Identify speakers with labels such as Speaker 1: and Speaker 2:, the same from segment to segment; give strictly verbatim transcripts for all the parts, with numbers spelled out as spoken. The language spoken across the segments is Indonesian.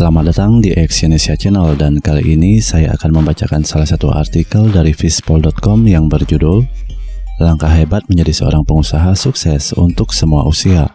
Speaker 1: Selamat datang di Exyonesia Channel, dan kali ini saya akan membacakan salah satu artikel dari fishbowl dot com yang berjudul Langkah Hebat Menjadi Seorang Pengusaha Sukses Untuk Semua Usia.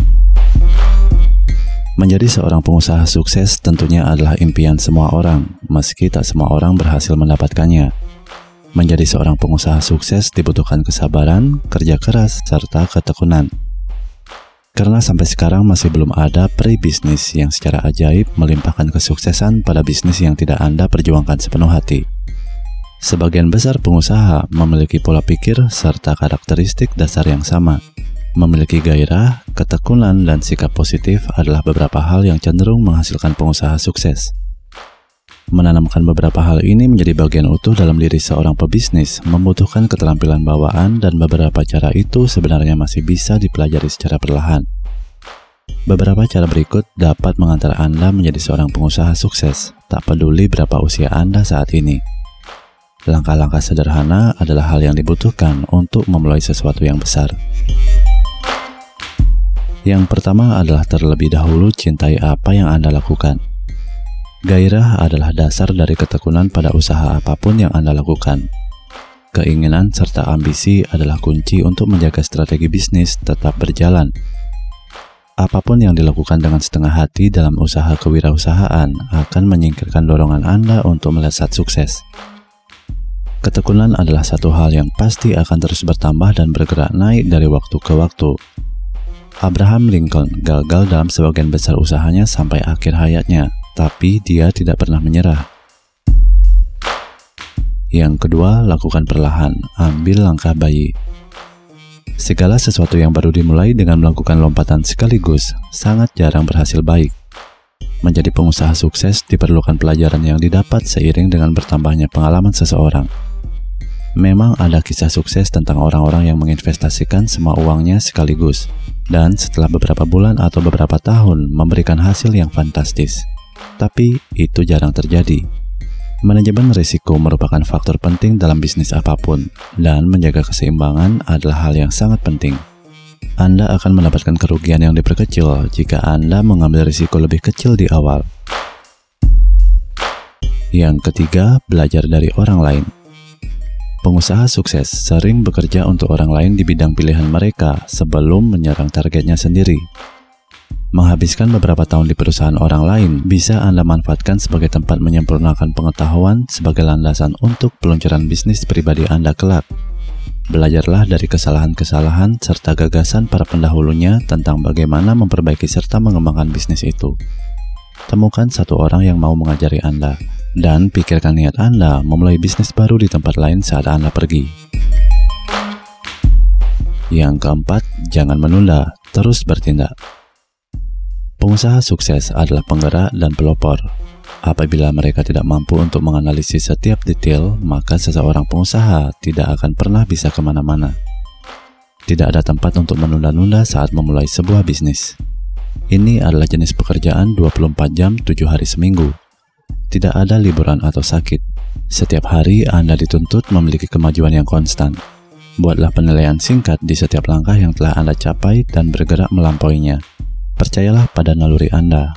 Speaker 1: Menjadi seorang pengusaha sukses tentunya adalah impian semua orang, meski tak semua orang berhasil mendapatkannya. Menjadi seorang pengusaha sukses dibutuhkan kesabaran, kerja keras, serta ketekunan. Karena sampai sekarang masih belum ada peri bisnis yang secara ajaib melimpahkan kesuksesan pada bisnis yang tidak Anda perjuangkan sepenuh hati. Sebagian besar pengusaha memiliki pola pikir serta karakteristik dasar yang sama. Memiliki gairah, ketekunan, dan sikap positif adalah beberapa hal yang cenderung menghasilkan pengusaha sukses. Menanamkan beberapa hal ini menjadi bagian utuh dalam diri seorang pebisnis membutuhkan keterampilan bawaan, dan beberapa cara itu sebenarnya masih bisa dipelajari secara perlahan. Beberapa cara berikut dapat mengantar Anda menjadi seorang pengusaha sukses, tak peduli berapa usia Anda saat ini. Langkah-langkah sederhana adalah hal yang dibutuhkan untuk memulai sesuatu yang besar. Yang pertama adalah terlebih dahulu cintai apa yang Anda lakukan. Gairah adalah dasar dari ketekunan pada usaha apapun yang Anda lakukan. Keinginan serta ambisi adalah kunci untuk menjaga strategi bisnis tetap berjalan. Apapun yang dilakukan dengan setengah hati dalam usaha kewirausahaan akan menyingkirkan dorongan Anda untuk melesat sukses. Ketekunan adalah satu hal yang pasti akan terus bertambah dan bergerak naik dari waktu ke waktu. Abraham Lincoln gagal dalam sebagian besar usahanya sampai akhir hayatnya, tapi dia tidak pernah menyerah. Yang kedua, lakukan perlahan, ambil langkah bayi. Segala sesuatu yang baru dimulai dengan melakukan lompatan sekaligus sangat jarang berhasil baik. Menjadi pengusaha sukses diperlukan pelajaran yang didapat seiring dengan bertambahnya pengalaman seseorang. Memang ada kisah sukses tentang orang-orang yang menginvestasikan semua uangnya sekaligus, dan setelah beberapa bulan atau beberapa tahun memberikan hasil yang fantastis. Tapi itu jarang terjadi. Manajemen risiko merupakan faktor penting dalam bisnis apapun, dan menjaga keseimbangan adalah hal yang sangat penting. Anda akan mendapatkan kerugian yang diperkecil jika Anda mengambil risiko lebih kecil di awal. Yang ketiga, belajar dari orang lain. Pengusaha sukses sering bekerja untuk orang lain di bidang pilihan mereka sebelum menyerang targetnya sendiri. Menghabiskan beberapa tahun di perusahaan orang lain bisa Anda manfaatkan sebagai tempat menyempurnakan pengetahuan sebagai landasan untuk peluncuran bisnis pribadi Anda kelak. Belajarlah dari kesalahan-kesalahan serta gagasan para pendahulunya tentang bagaimana memperbaiki serta mengembangkan bisnis itu. Temukan satu orang yang mau mengajari Anda, dan pikirkan niat Anda memulai bisnis baru di tempat lain saat Anda pergi. Yang keempat, jangan menunda, terus bertindak. Pengusaha sukses adalah penggerak dan pelopor. Apabila mereka tidak mampu untuk menganalisis setiap detail, maka seseorang pengusaha tidak akan pernah bisa kemana-mana. Tidak ada tempat untuk menunda-nunda saat memulai sebuah bisnis. Ini adalah jenis pekerjaan dua puluh empat jam tujuh hari seminggu. Tidak ada liburan atau sakit. Setiap hari Anda dituntut memiliki kemajuan yang konstan. Buatlah penilaian singkat di setiap langkah yang telah Anda capai dan bergerak melampauinya. Percayalah pada naluri Anda.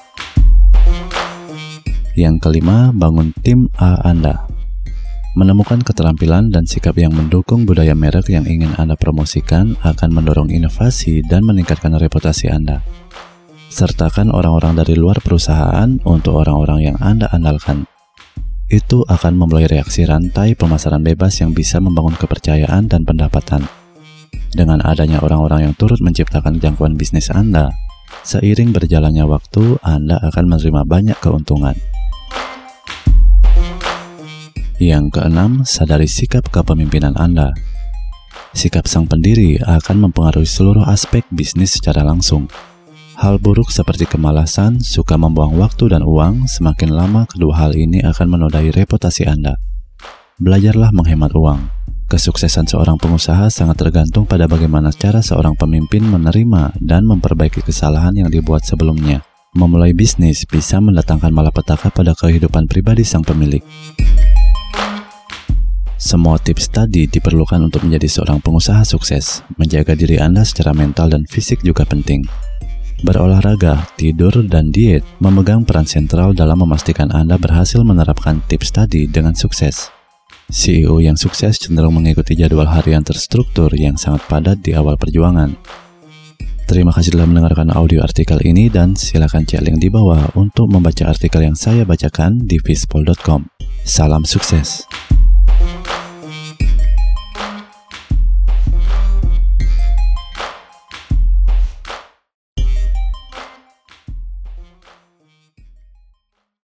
Speaker 1: Yang kelima, bangun tim A Anda. Menemukan keterampilan dan sikap yang mendukung budaya merek yang ingin Anda promosikan akan mendorong inovasi dan meningkatkan reputasi Anda. Sertakan orang-orang dari luar perusahaan untuk orang-orang yang Anda andalkan. Itu akan memulai reaksi rantai pemasaran bebas yang bisa membangun kepercayaan dan pendapatan. Dengan adanya orang-orang yang turut menciptakan jangkauan bisnis Anda, seiring berjalannya waktu, Anda akan menerima banyak keuntungan. Yang keenam, sadari sikap kepemimpinan Anda. Sikap sang pendiri akan mempengaruhi seluruh aspek bisnis secara langsung. Hal buruk seperti kemalasan, suka membuang waktu dan uang, semakin lama kedua hal ini akan menodai reputasi Anda. Belajarlah menghemat uang. Kesuksesan seorang pengusaha sangat tergantung pada bagaimana cara seorang pemimpin menerima dan memperbaiki kesalahan yang dibuat sebelumnya. Memulai bisnis bisa mendatangkan malapetaka pada kehidupan pribadi sang pemilik. Semua tips tadi diperlukan untuk menjadi seorang pengusaha sukses. Menjaga diri Anda secara mental dan fisik juga penting. Berolahraga, tidur, dan diet memegang peran sentral dalam memastikan Anda berhasil menerapkan tips tadi dengan sukses. C E O yang sukses cenderung mengikuti jadwal harian terstruktur yang sangat padat di awal perjuangan. Terima kasih telah mendengarkan audio artikel ini dan silakan cek link di bawah untuk membaca artikel yang saya bacakan di fishbowl dot com. Salam sukses.